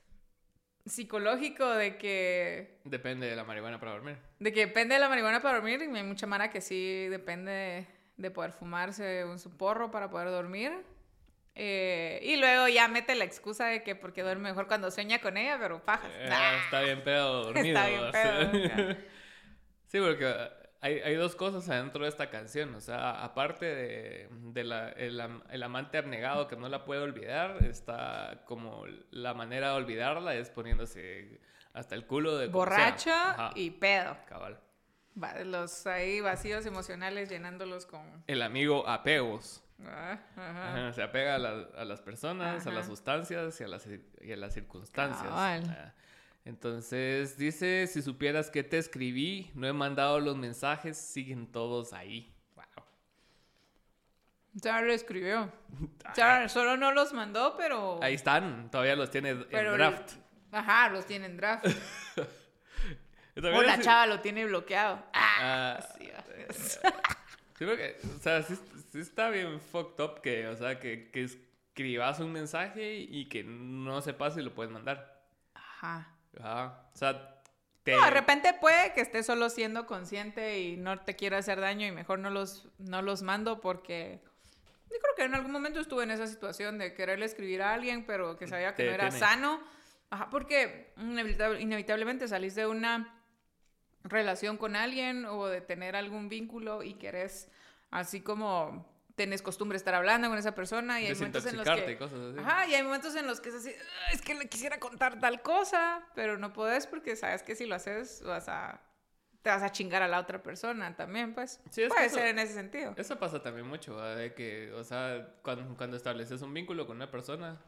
[SPEAKER 2] psicológico de que...
[SPEAKER 1] Depende de la marihuana para dormir.
[SPEAKER 2] De que depende de la marihuana para dormir. Y hay mucha mara que sí depende de, de poder fumarse un su porro para poder dormir. Eh, y luego ya mete la excusa de que porque duerme mejor cuando sueña con ella, pero pajas.
[SPEAKER 1] Eh,
[SPEAKER 2] Ah,
[SPEAKER 1] está bien pedo dormido.
[SPEAKER 2] está bien
[SPEAKER 1] o
[SPEAKER 2] pedo.
[SPEAKER 1] sea.
[SPEAKER 2] ya.
[SPEAKER 1] Sí, porque hay, hay dos cosas adentro de esta canción. O sea, aparte de, de la, el, am- el amante abnegado que no la puede olvidar, está como la manera de olvidarla es poniéndose hasta el culo de como sea.
[SPEAKER 2] Borracha
[SPEAKER 1] Ajá,
[SPEAKER 2] y pedo.
[SPEAKER 1] cabal.
[SPEAKER 2] Va- Los ahí vacíos emocionales llenándolos con...
[SPEAKER 1] El amigo apegos.
[SPEAKER 2] Ah, ajá.
[SPEAKER 1] Ajá, se apega a, la- a las personas, a
[SPEAKER 2] Ajá.
[SPEAKER 1] las sustancias y a las, y a las circunstancias.
[SPEAKER 2] Cabal.
[SPEAKER 1] Ah, entonces dice, si supieras que te escribí, no he mandado los mensajes, siguen todos ahí. Wow.
[SPEAKER 2] Sara lo escribió. Sara solo no los mandó, pero...
[SPEAKER 1] Ahí están, todavía los tiene
[SPEAKER 2] pero
[SPEAKER 1] en draft.
[SPEAKER 2] Ajá, los tiene en draft.
[SPEAKER 1] Y también
[SPEAKER 2] O la
[SPEAKER 1] así-
[SPEAKER 2] chava lo tiene bloqueado. Ah,
[SPEAKER 1] Ah,
[SPEAKER 2] sí,
[SPEAKER 1] Sí, porque, o sea, sí, sí está bien fucked up que, o sea, que, que escribas un mensaje y que no sepas si lo puedes mandar.
[SPEAKER 2] Ajá.
[SPEAKER 1] Ajá. O sea, te...
[SPEAKER 2] No, de repente puede que esté solo siendo consciente y no te quiera hacer daño y mejor no los, no los mando porque yo creo que en algún momento estuve en esa situación de quererle escribir a alguien pero que sabía que
[SPEAKER 1] Te
[SPEAKER 2] no era
[SPEAKER 1] detiene.
[SPEAKER 2] sano. Ajá, porque inevitab- inevitablemente salís de una relación con alguien o de tener algún vínculo y querés así como tenés costumbre de estar hablando con esa persona y hay momentos en los
[SPEAKER 1] desintoxicarte y
[SPEAKER 2] que...
[SPEAKER 1] cosas así.
[SPEAKER 2] Ajá, y hay momentos en los que es así, "Ah, es que le quisiera contar tal cosa, pero no podés porque sabes que si lo haces vas a... te vas a chingar a la otra persona también, pues.
[SPEAKER 1] Sí, es que
[SPEAKER 2] Puede
[SPEAKER 1] eso-
[SPEAKER 2] ser en ese sentido.
[SPEAKER 1] Eso pasa también mucho, ¿verdad? De que, o sea, cuando, cuando estableces un vínculo con una persona,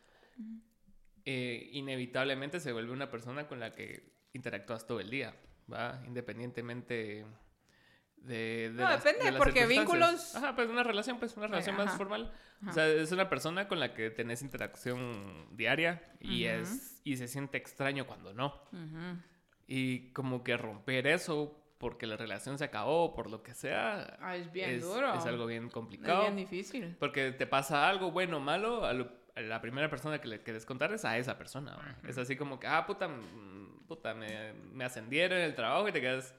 [SPEAKER 1] eh, inevitablemente se vuelve una persona con la que interactúas todo el día, ¿va? Independientemente de... de
[SPEAKER 2] No,
[SPEAKER 1] las-
[SPEAKER 2] depende,
[SPEAKER 1] de las
[SPEAKER 2] porque
[SPEAKER 1] circunstancias.
[SPEAKER 2] vínculos-
[SPEAKER 1] Ajá, pues una relación, pues una relación
[SPEAKER 2] Ajá.
[SPEAKER 1] más formal.
[SPEAKER 2] Ajá.
[SPEAKER 1] O sea, es una persona con la que tenés interacción diaria y,
[SPEAKER 2] Ujú.
[SPEAKER 1] es, y se siente extraño cuando no.
[SPEAKER 2] Ujú.
[SPEAKER 1] Y como que romper eso porque la relación se acabó, por lo que sea,
[SPEAKER 2] Ah, es bien
[SPEAKER 1] es,
[SPEAKER 2] duro.
[SPEAKER 1] es algo bien
[SPEAKER 2] Es
[SPEAKER 1] complicado.
[SPEAKER 2] bien difícil.
[SPEAKER 1] Porque te pasa algo bueno o malo, a, lo- a la primera persona que le quieres contar es a esa persona. ¿va? Es así como que, ah, puta, mm, puta me, me ascendieron en el trabajo y te quedas,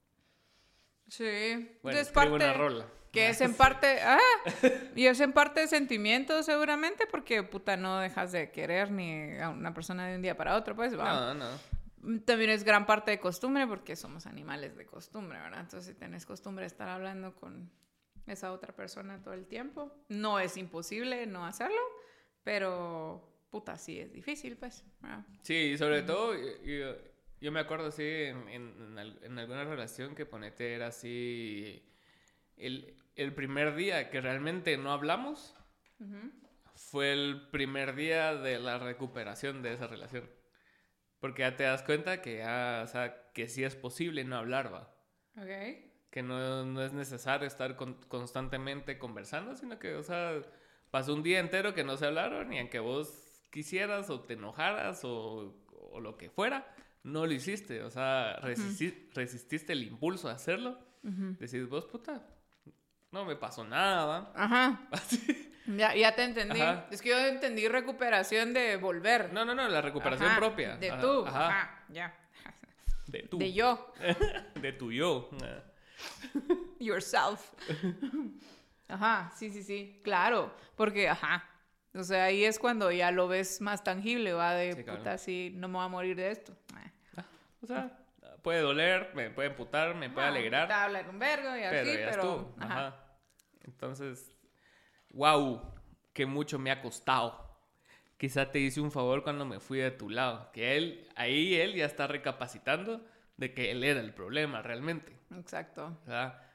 [SPEAKER 2] Sí.
[SPEAKER 1] bueno,
[SPEAKER 2] es
[SPEAKER 1] escribo
[SPEAKER 2] parte...
[SPEAKER 1] una rola.
[SPEAKER 2] Que es en parte, ah, y es en parte de sentimiento seguramente porque puta no dejas de querer ni a una persona de un día para otro, pues va.
[SPEAKER 1] No, no.
[SPEAKER 2] También es gran parte de costumbre porque somos animales de costumbre, ¿verdad? Entonces si tenés costumbre de estar hablando con esa otra persona todo el tiempo, no es imposible no hacerlo, pero puta sí es difícil, pues, ¿verdad?
[SPEAKER 1] Sí, y sobre todo, yo, yo- yo me acuerdo así en, en, en al- en alguna relación que ponete era así, el, el primer día que realmente no hablamos
[SPEAKER 2] Ujú.
[SPEAKER 1] fue el primer día de la recuperación de esa relación. Porque ya te das cuenta que, ya, o sea, que sí es posible no hablar, va.
[SPEAKER 2] Ok.
[SPEAKER 1] Que no, no es necesario estar con- constantemente conversando, sino que, o sea, pasó un día entero que no se hablaron y aunque vos quisieras o te enojaras o, o lo que fuera, no lo hiciste. O sea, resisti- resististe el impulso de hacerlo.
[SPEAKER 2] Ujú.
[SPEAKER 1] Decís, vos, puta, no me pasó nada, ¿va?
[SPEAKER 2] Ajá.
[SPEAKER 1] Así.
[SPEAKER 2] Ya, ya te entendí.
[SPEAKER 1] Ajá.
[SPEAKER 2] Es que yo entendí recuperación de volver.
[SPEAKER 1] No, no, no, la recuperación
[SPEAKER 2] Ajá,
[SPEAKER 1] propia.
[SPEAKER 2] De
[SPEAKER 1] Ajá,
[SPEAKER 2] tú.
[SPEAKER 1] Ajá.
[SPEAKER 2] Ajá, ya.
[SPEAKER 1] De tú.
[SPEAKER 2] De yo.
[SPEAKER 1] De tu yo. Ah.
[SPEAKER 2] Yourself. Ajá, sí, sí, sí. Claro. Porque, ajá. O sea, ahí es cuando ya lo ves más tangible, va de
[SPEAKER 1] Sí, claro.
[SPEAKER 2] puta, sí, no me voy a morir de esto. Ah.
[SPEAKER 1] O sea, puede doler, me puede emputar, me puede
[SPEAKER 2] Ajá,
[SPEAKER 1] alegrar.
[SPEAKER 2] Te habla un vergo y así,
[SPEAKER 1] Pero ya
[SPEAKER 2] pero.
[SPEAKER 1] estuvo.
[SPEAKER 2] Ajá.
[SPEAKER 1] Ajá. Entonces, wow, que mucho me ha costado. Quizá te hice un favor cuando me fui de tu lado. Que él, ahí él ya está recapacitando de que él era el problema realmente.
[SPEAKER 2] Exacto.
[SPEAKER 1] ¿Verdad?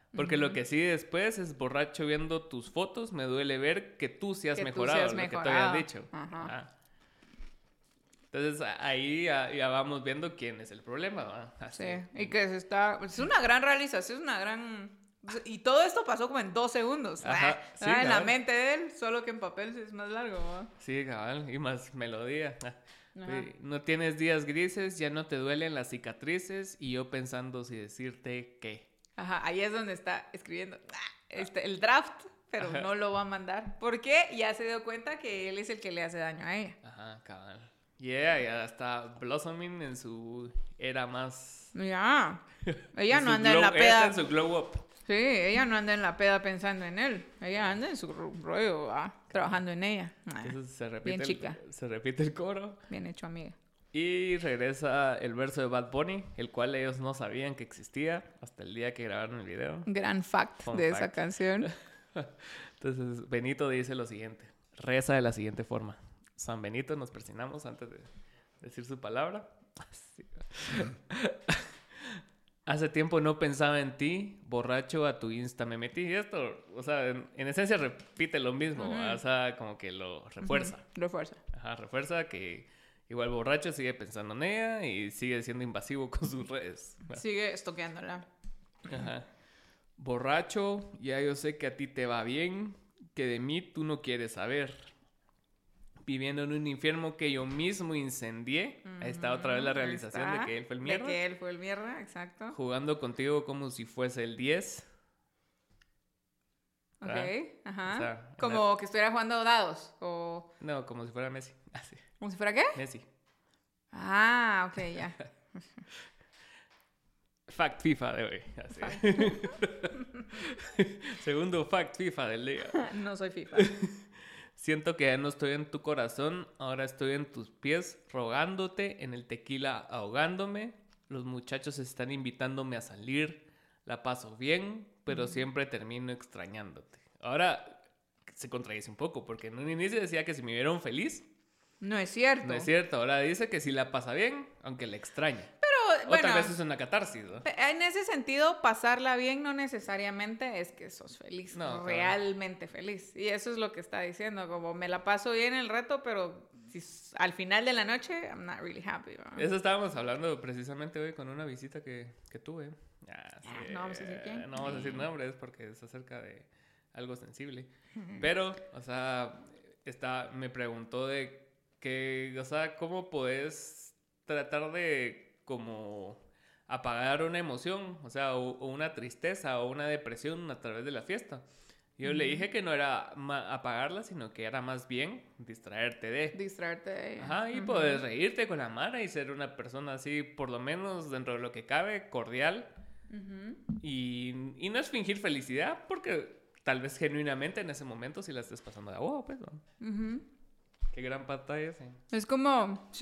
[SPEAKER 1] Porque
[SPEAKER 2] Ujú.
[SPEAKER 1] lo que sí después es borracho viendo tus fotos, me duele ver que tú sí has
[SPEAKER 2] Que tú sí
[SPEAKER 1] mejorado
[SPEAKER 2] has
[SPEAKER 1] lo que tú
[SPEAKER 2] mejorado.
[SPEAKER 1] habías dicho.
[SPEAKER 2] Ajá.
[SPEAKER 1] Ajá. Entonces a- ahí ya, ya vamos viendo quién es el problema, ¿va? Así.
[SPEAKER 2] Sí, y que se está... Es una gran realización, es una gran... Y todo esto pasó como en dos segundos.
[SPEAKER 1] Ajá,
[SPEAKER 2] Ah,
[SPEAKER 1] sí,
[SPEAKER 2] ah, en la
[SPEAKER 1] cabal.
[SPEAKER 2] mente de él, solo que en papel es más largo. ¿Va?
[SPEAKER 1] Sí, cabal, y más melodía. Ah.
[SPEAKER 2] Ajá.
[SPEAKER 1] Sí, no tienes días grises, ya no te duelen las cicatrices y yo pensando si decirte qué.
[SPEAKER 2] Ajá, ahí es donde está escribiendo ah, este, el draft, pero
[SPEAKER 1] Ajá.
[SPEAKER 2] no lo va a mandar. Porque ya se dio cuenta que él es el que le hace daño a ella.
[SPEAKER 1] Ajá, cabal. Y ella ya está blossoming en su era más...
[SPEAKER 2] Ya. Ella
[SPEAKER 1] en
[SPEAKER 2] no
[SPEAKER 1] su
[SPEAKER 2] anda en
[SPEAKER 1] glow-
[SPEAKER 2] la
[SPEAKER 1] ella está
[SPEAKER 2] peda.
[SPEAKER 1] en su glow up.
[SPEAKER 2] Sí, ella no anda en la peda pensando en él. Ella anda en su rollo, ¿va? Trabajando en ella. Ah,
[SPEAKER 1] Entonces se repite,
[SPEAKER 2] bien
[SPEAKER 1] el,
[SPEAKER 2] chica.
[SPEAKER 1] se repite el coro.
[SPEAKER 2] Bien hecho, amiga.
[SPEAKER 1] Y regresa el verso de Bad Bunny, el cual ellos no sabían que existía hasta el día que grabaron el video.
[SPEAKER 2] Gran fact
[SPEAKER 1] Fun
[SPEAKER 2] de
[SPEAKER 1] fact.
[SPEAKER 2] esa canción.
[SPEAKER 1] Entonces Benito dice lo siguiente. Reza de la siguiente forma. San Benito, nos persignamos antes de decir su palabra. Así. Hace tiempo no pensaba en ti, borracho a tu Insta me metí. Y esto, o sea, en, en esencia repite lo mismo,
[SPEAKER 2] Ujú.
[SPEAKER 1] o sea, como que lo refuerza.
[SPEAKER 2] Ujú, refuerza.
[SPEAKER 1] Ajá, refuerza que igual borracho sigue pensando en ella y sigue siendo invasivo con sus redes.
[SPEAKER 2] Sigue estoqueándola.
[SPEAKER 1] Ajá. Borracho, ya yo sé que a ti te va bien, que de mí tú no quieres saber. Viviendo en un infierno que yo mismo incendié. Ahí está otra vez la
[SPEAKER 2] Ahí
[SPEAKER 1] realización
[SPEAKER 2] está.
[SPEAKER 1] de que él fue el mierda.
[SPEAKER 2] De que él fue el mierda, exacto.
[SPEAKER 1] Jugando contigo como si fuese el diez.
[SPEAKER 2] Ok,
[SPEAKER 1] ¿verdad?
[SPEAKER 2] ajá.
[SPEAKER 1] O sea,
[SPEAKER 2] Como que estuviera jugando dados. O
[SPEAKER 1] No, como si fuera Messi. Así.
[SPEAKER 2] como si fuera qué.
[SPEAKER 1] Messi.
[SPEAKER 2] Ah, ok, ya.
[SPEAKER 1] Fact FIFA de hoy. Así. Segundo fact FIFA del día.
[SPEAKER 2] No soy FIFA.
[SPEAKER 1] Siento que ya no estoy en tu corazón, ahora estoy en tus pies, rogándote, en el tequila ahogándome. Los muchachos están invitándome a salir, la paso bien, pero siempre termino extrañándote. Ahora se contradice un poco, porque en un inicio decía que si me vieron feliz,
[SPEAKER 2] No es cierto.
[SPEAKER 1] no es cierto. Ahora dice que si la pasa bien, aunque la extraña.
[SPEAKER 2] Pero,
[SPEAKER 1] O
[SPEAKER 2] bueno,
[SPEAKER 1] tal vez es una catarsis, ¿no?
[SPEAKER 2] en ese sentido, pasarla bien no necesariamente es que sos feliz,
[SPEAKER 1] No, claro.
[SPEAKER 2] realmente feliz. Y eso es lo que está diciendo, como me la paso bien el reto, pero si s- al final de la noche, I'm not really happy. ¿va?
[SPEAKER 1] Eso estábamos hablando precisamente hoy con una visita que, que tuve. Ah, sí,
[SPEAKER 2] Ah, no vamos a decir quién.
[SPEAKER 1] No vamos a decir nombres porque es acerca de algo sensible. Pero, o sea, está, me preguntó de que, o sea, ¿cómo podés tratar de como apagar una emoción? O sea, o, o una tristeza o una depresión a través de la fiesta. Yo le dije que no era ma- apagarla, sino que era más bien distraerte de...
[SPEAKER 2] Distraerte de ella.
[SPEAKER 1] Ajá, y
[SPEAKER 2] Ujú.
[SPEAKER 1] poder reírte con la mara y ser una persona así, por lo menos dentro de lo que cabe, cordial.
[SPEAKER 2] Ujú.
[SPEAKER 1] Y, y no es fingir felicidad, porque tal vez genuinamente en ese momento sí la estés pasando de agua, pues. ¿no?
[SPEAKER 2] Ujú.
[SPEAKER 1] Qué gran pantalla ese.
[SPEAKER 2] Es como, sí.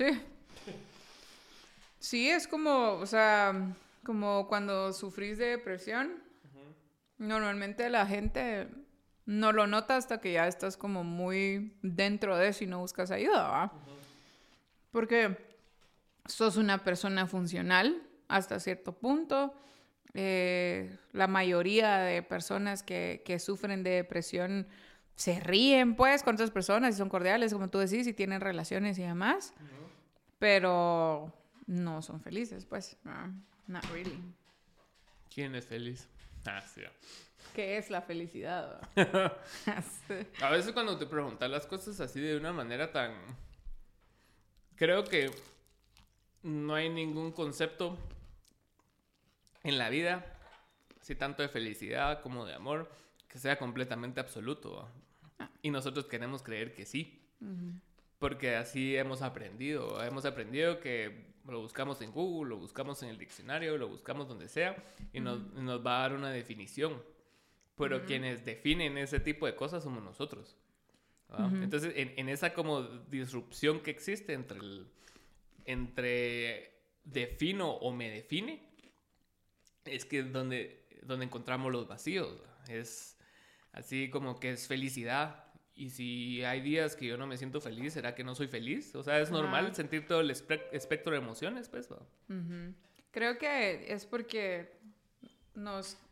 [SPEAKER 2] Sí, es como, o sea, como cuando sufrís de depresión. Normalmente la gente no lo nota hasta que ya estás como muy dentro de eso y no buscas ayuda, ¿va? Porque sos una persona funcional hasta cierto punto. Eh, la mayoría de personas que, que sufren de depresión se ríen, pues, con otras personas y son cordiales, como tú decís, y tienen relaciones y demás. Pero no son felices, pues. No, not really.
[SPEAKER 1] ¿Quién es feliz? Ah, sí.
[SPEAKER 2] ¿Qué es la felicidad? ¿Va? Sí.
[SPEAKER 1] A veces cuando te preguntas las cosas así de una manera tan... Creo que no hay ningún concepto en la vida, así tanto de felicidad como de amor, que sea completamente absoluto. ¿va? Y nosotros queremos creer que sí. Porque así hemos aprendido. Hemos aprendido que lo buscamos en Google, lo buscamos en el diccionario, lo buscamos donde sea y nos, y nos va a dar una definición. Pero quienes definen ese tipo de cosas somos nosotros. ¿va?
[SPEAKER 2] Ujú.
[SPEAKER 1] Entonces, en, en esa como disrupción que existe entre el, entre defino o me define, es que es donde, donde encontramos los vacíos. ¿va? Es así como que es felicidad. Y si hay días que yo no me siento feliz, ¿será que no soy feliz? O sea, es normal
[SPEAKER 2] Ajá.
[SPEAKER 1] sentir todo el espe- espectro de emociones, pues. ¿va?
[SPEAKER 2] Ujú. Creo que es porque nos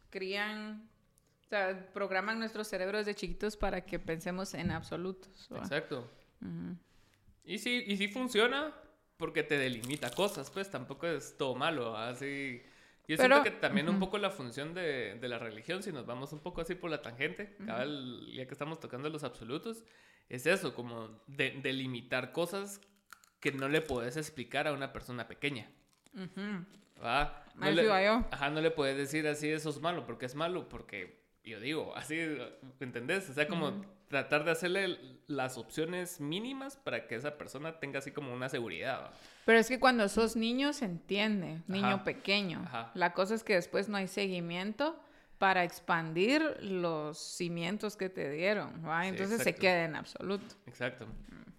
[SPEAKER 2] crían, o sea, programan nuestros cerebros de chiquitos para que pensemos en absolutos. ¿Va?
[SPEAKER 1] Exacto.
[SPEAKER 2] Uh-huh.
[SPEAKER 1] Y sí, y sí funciona porque te delimita cosas, pues tampoco es todo malo, así... Yo
[SPEAKER 2] Pero,
[SPEAKER 1] siento que también uh-huh. un poco la función de, de la religión, si nos vamos un poco así por la tangente, uh-huh. cabal, ya que estamos tocando los absolutos, es eso, como de, delimitar cosas que no le puedes explicar a una persona pequeña.
[SPEAKER 2] Uh-huh.
[SPEAKER 1] ¿Va? No le, ajá, no le puedes decir así, eso es malo, porque es malo, porque yo digo, así, ¿entendés? O sea, como uh-huh. tratar de hacerle las opciones mínimas para que esa persona tenga así como una seguridad, ¿va?
[SPEAKER 2] Pero es que cuando sos niño se entiende, niño Ajá. pequeño.
[SPEAKER 1] Ajá.
[SPEAKER 2] La cosa es que después no hay seguimiento para expandir los cimientos que te dieron, ¿va? Sí, entonces exacto. se queda en absoluto.
[SPEAKER 1] Exacto.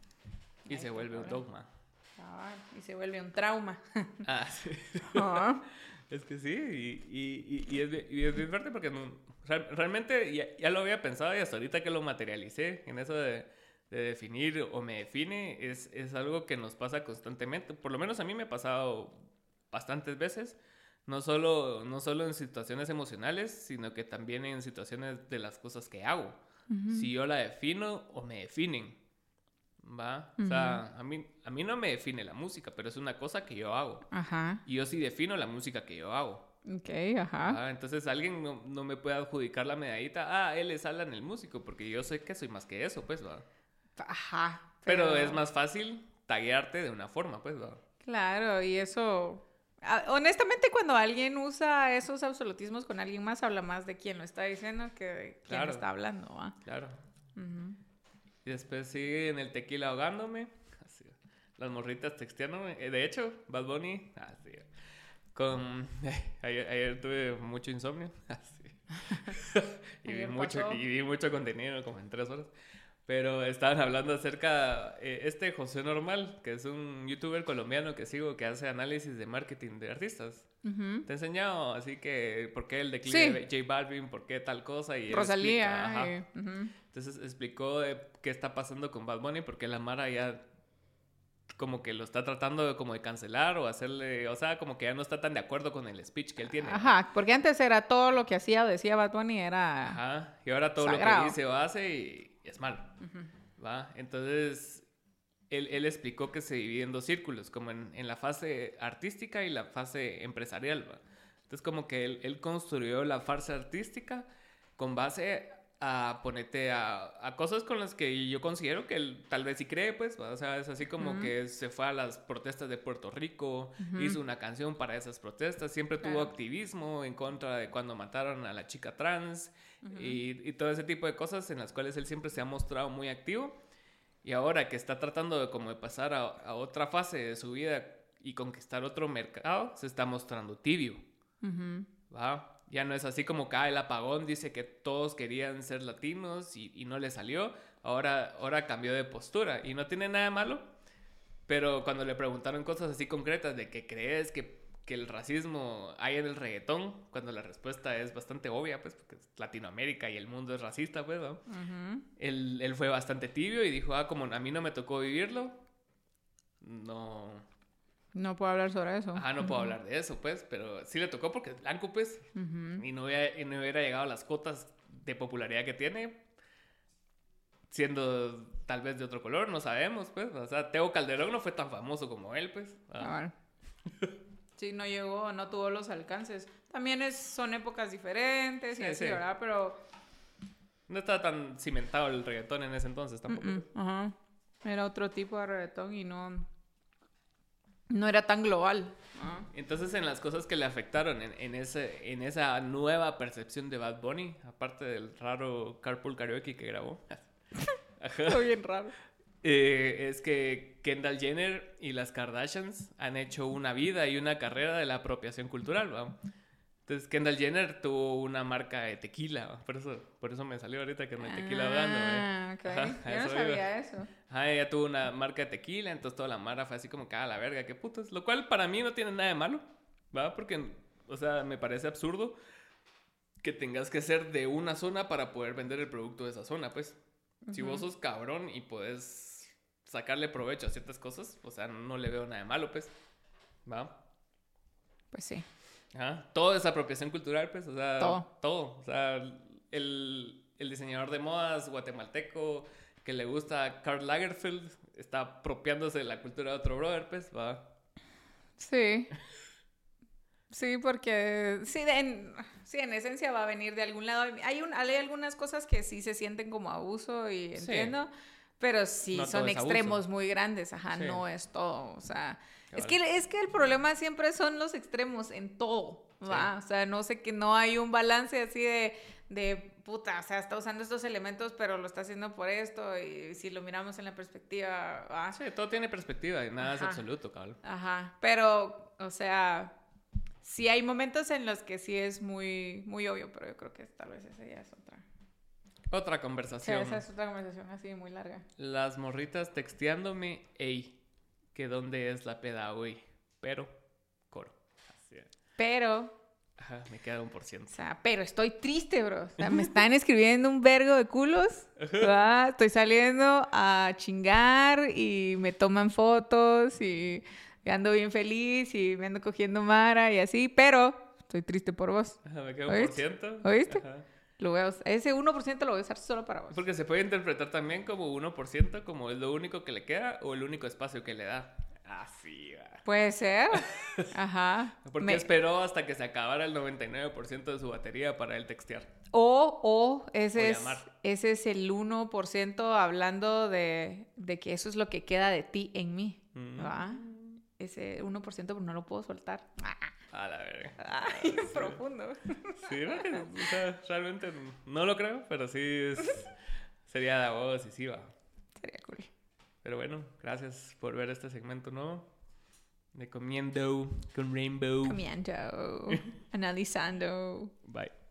[SPEAKER 1] Y Ay, se vuelve un dogma.
[SPEAKER 2] Ah, y se vuelve un trauma.
[SPEAKER 1] Ah, sí. Uh-huh. Es que sí, y, y, y, y, es, y es bien fuerte porque no, realmente ya, ya lo había pensado y hasta ahorita que lo materialicé en eso de... de definir o me define, es, es algo que nos pasa constantemente. Por lo menos a mí me ha pasado bastantes veces, no solo, no solo en situaciones emocionales, sino que también en situaciones de las cosas que hago. Uh-huh. Si yo la defino o me definen, ¿va? Uh-huh. O sea, a mí, a mí no me define la música, pero es una cosa que yo hago.
[SPEAKER 2] Ajá.
[SPEAKER 1] Y yo sí defino la música que yo hago.
[SPEAKER 2] Ok, ajá.
[SPEAKER 1] ¿Va? Entonces alguien no, no me puede adjudicar la medallita, ah, él es Alan el músico, porque yo sé que soy más que eso, pues, ¿va?
[SPEAKER 2] Ajá.
[SPEAKER 1] Pero... pero es más fácil taguearte de una forma, pues, ¿no?
[SPEAKER 2] Claro, y eso... Honestamente, cuando alguien usa esos absolutismos con alguien más, habla más de quién lo está diciendo que de quién
[SPEAKER 1] claro.
[SPEAKER 2] está hablando, ¿va?
[SPEAKER 1] Claro.
[SPEAKER 2] Uh-huh.
[SPEAKER 1] Y después sigue en el tequila ahogándome. Así, las morritas texteándome. De hecho, Bad Bunny... Así, con... ayer, ayer tuve mucho insomnio. Así. y, vi mucho, y vi mucho contenido, como en tres horas. Pero estaban hablando acerca de eh, este José Normal, que es un youtuber colombiano que sigo, que hace análisis de marketing de artistas. Uh-huh. Te he enseñado, así que, por qué el declive sí. de J Balvin, por qué tal cosa. Y
[SPEAKER 2] Rosalía.
[SPEAKER 1] Explica,
[SPEAKER 2] eh, uh-huh.
[SPEAKER 1] Entonces explicó de qué está pasando con Bad Bunny, porque la Mara ya como que lo está tratando de, como de cancelar o hacerle, o sea, como que ya no está tan de acuerdo con el speech que él tiene.
[SPEAKER 2] Ajá, porque antes era todo lo que hacía o decía Bad Bunny era
[SPEAKER 1] Ajá, y ahora todo sagrado. Lo que dice o hace y... es malo, uh-huh. ¿va? Entonces, él, él explicó que se divide en dos círculos, como en, en la fase artística y la fase empresarial, ¿va? Entonces, como que él, él construyó la fase artística con base a ponerte a, a cosas con las que yo considero que él tal vez sí cree, pues, ¿va? O sea, es así como uh-huh. que se fue a las protestas de Puerto Rico, uh-huh. hizo una canción para esas protestas, siempre claro. tuvo activismo en contra de cuando mataron a la chica trans, uh-huh. y, y todo ese tipo de cosas en las cuales él siempre se ha mostrado muy activo, y ahora que está tratando de como de pasar a, a otra fase de su vida y conquistar otro mercado, se está mostrando tibio, uh-huh. ¿va? Ya no es así como que ah, el apagón dice que todos querían ser latinos y, y no le salió. Ahora, ahora cambió de postura y no tiene nada de malo. Pero cuando le preguntaron cosas así concretas de que crees que, que el racismo hay en el reggaetón, cuando la respuesta es bastante obvia, pues porque es Latinoamérica y el mundo es racista, pues, ¿no? Uh-huh. Él, él fue bastante tibio y dijo, ah, como a mí no me tocó vivirlo, no...
[SPEAKER 2] No puedo hablar sobre eso.
[SPEAKER 1] Ajá, no uh-huh. puedo hablar de eso, pues, pero sí le tocó porque es blanco, pues, uh-huh. y, no hubiera, y no hubiera llegado a las cotas de popularidad que tiene, siendo tal vez de otro color, no sabemos, pues, o sea, Teo Calderón no fue tan famoso como él, pues.
[SPEAKER 2] Ah. Sí, no llegó, no tuvo los alcances. También es, son épocas diferentes y sí, así, sí. ¿verdad? Pero...
[SPEAKER 1] no estaba tan cimentado el reggaetón en ese entonces tampoco.
[SPEAKER 2] Uh-uh. Ajá. Era otro tipo de reggaetón y no... no era tan global.
[SPEAKER 1] Uh-huh. Entonces, en las cosas que le afectaron en, en, ese, en esa nueva percepción de Bad Bunny, aparte del raro Carpool Karaoke que grabó.
[SPEAKER 2] Fue bien raro.
[SPEAKER 1] Eh, es que Kendall Jenner y las Kardashians han hecho una vida y una carrera de la apropiación cultural, ¿va? Entonces, Kendall Jenner tuvo una marca de tequila, ¿va? Por eso, por eso me salió ahorita que me tequila hablando,
[SPEAKER 2] Ah, ok. Ajá, yo no sabía iba. eso.
[SPEAKER 1] Ajá, ella tuvo una marca de tequila, entonces toda la mara fue así como que, ah, la verga, qué putas. Lo cual para mí no tiene nada de malo, ¿va? Porque, o sea, me parece absurdo que tengas que ser de una zona para poder vender el producto de esa zona, pues. Uh-huh. Si vos sos cabrón y podés sacarle provecho a ciertas cosas, o sea, no le veo nada de malo, pues, ¿va?
[SPEAKER 2] Pues sí.
[SPEAKER 1] Ajá. Todo es apropiación cultural, pues, o sea,
[SPEAKER 2] Todo.
[SPEAKER 1] todo. O sea, el, el diseñador de modas guatemalteco que le gusta Karl Lagerfeld está apropiándose de la cultura de otro brother, pues, va.
[SPEAKER 2] Sí. Sí, porque sí, de- en, sí, en esencia va a venir de algún lado. Hay, un, hay algunas cosas que sí se sienten como abuso y
[SPEAKER 1] Sí.
[SPEAKER 2] entiendo, pero sí
[SPEAKER 1] No todo
[SPEAKER 2] son
[SPEAKER 1] es
[SPEAKER 2] extremos
[SPEAKER 1] abuso.
[SPEAKER 2] muy grandes, ajá,
[SPEAKER 1] Sí.
[SPEAKER 2] no es todo, o sea, es
[SPEAKER 1] Cabal.
[SPEAKER 2] que, es que el problema siempre son los extremos en todo, ¿va? O sea, no sé que no hay un balance así de, de puta, o sea, está usando estos elementos, pero lo está haciendo por esto, y si lo miramos en la perspectiva, ¿va?
[SPEAKER 1] Sí, todo tiene perspectiva y nada es
[SPEAKER 2] Ajá.
[SPEAKER 1] absoluto, cabrón.
[SPEAKER 2] Ajá, pero, o sea, sí hay momentos en los que sí es muy, muy obvio, pero yo creo que tal vez esa ya es otra.
[SPEAKER 1] Otra
[SPEAKER 2] O sea,
[SPEAKER 1] conversación.
[SPEAKER 2] esa es otra conversación así muy larga.
[SPEAKER 1] Las morritas texteándome, ey, que dónde es la peda hoy. Pero, coro. Así es.
[SPEAKER 2] Pero,
[SPEAKER 1] Ajá, me queda un por
[SPEAKER 2] o
[SPEAKER 1] ciento.
[SPEAKER 2] sea, pero estoy triste, bro. O sea, me están escribiendo un vergo de culos. ¿Va? Estoy saliendo a chingar y me toman fotos y ando bien feliz y me ando cogiendo Mara y así, pero estoy triste por vos.
[SPEAKER 1] Ajá, me queda un por
[SPEAKER 2] ¿Oíste?
[SPEAKER 1] ciento.
[SPEAKER 2] ¿Oíste?
[SPEAKER 1] Ajá.
[SPEAKER 2] Lo voy a us- ese uno por ciento lo voy a usar solo para vos.
[SPEAKER 1] Porque se puede interpretar también como uno por ciento, como es lo único que le queda o el único espacio que le da. Así va.
[SPEAKER 2] Puede ser. Ajá.
[SPEAKER 1] Porque
[SPEAKER 2] Me-
[SPEAKER 1] esperó hasta que se acabara el noventa y nueve por ciento de su batería para él textear.
[SPEAKER 2] O, o ese,
[SPEAKER 1] O
[SPEAKER 2] es,
[SPEAKER 1] llamar.
[SPEAKER 2] ese es el uno por ciento hablando de, de que eso es lo que queda de ti en mí.
[SPEAKER 1] Mm.
[SPEAKER 2] ¿Va? Ese uno por ciento no lo puedo soltar.
[SPEAKER 1] A la verga.
[SPEAKER 2] Ay, profundo.
[SPEAKER 1] Sí, ¿no? Que, o sea, realmente no lo creo, pero sí es, sería de voz y sí va.
[SPEAKER 2] Sería cool.
[SPEAKER 1] Pero bueno, gracias por ver este segmento nuevo de Comiendo con Rainbow.
[SPEAKER 2] Comiendo. Analizando.
[SPEAKER 1] Bye.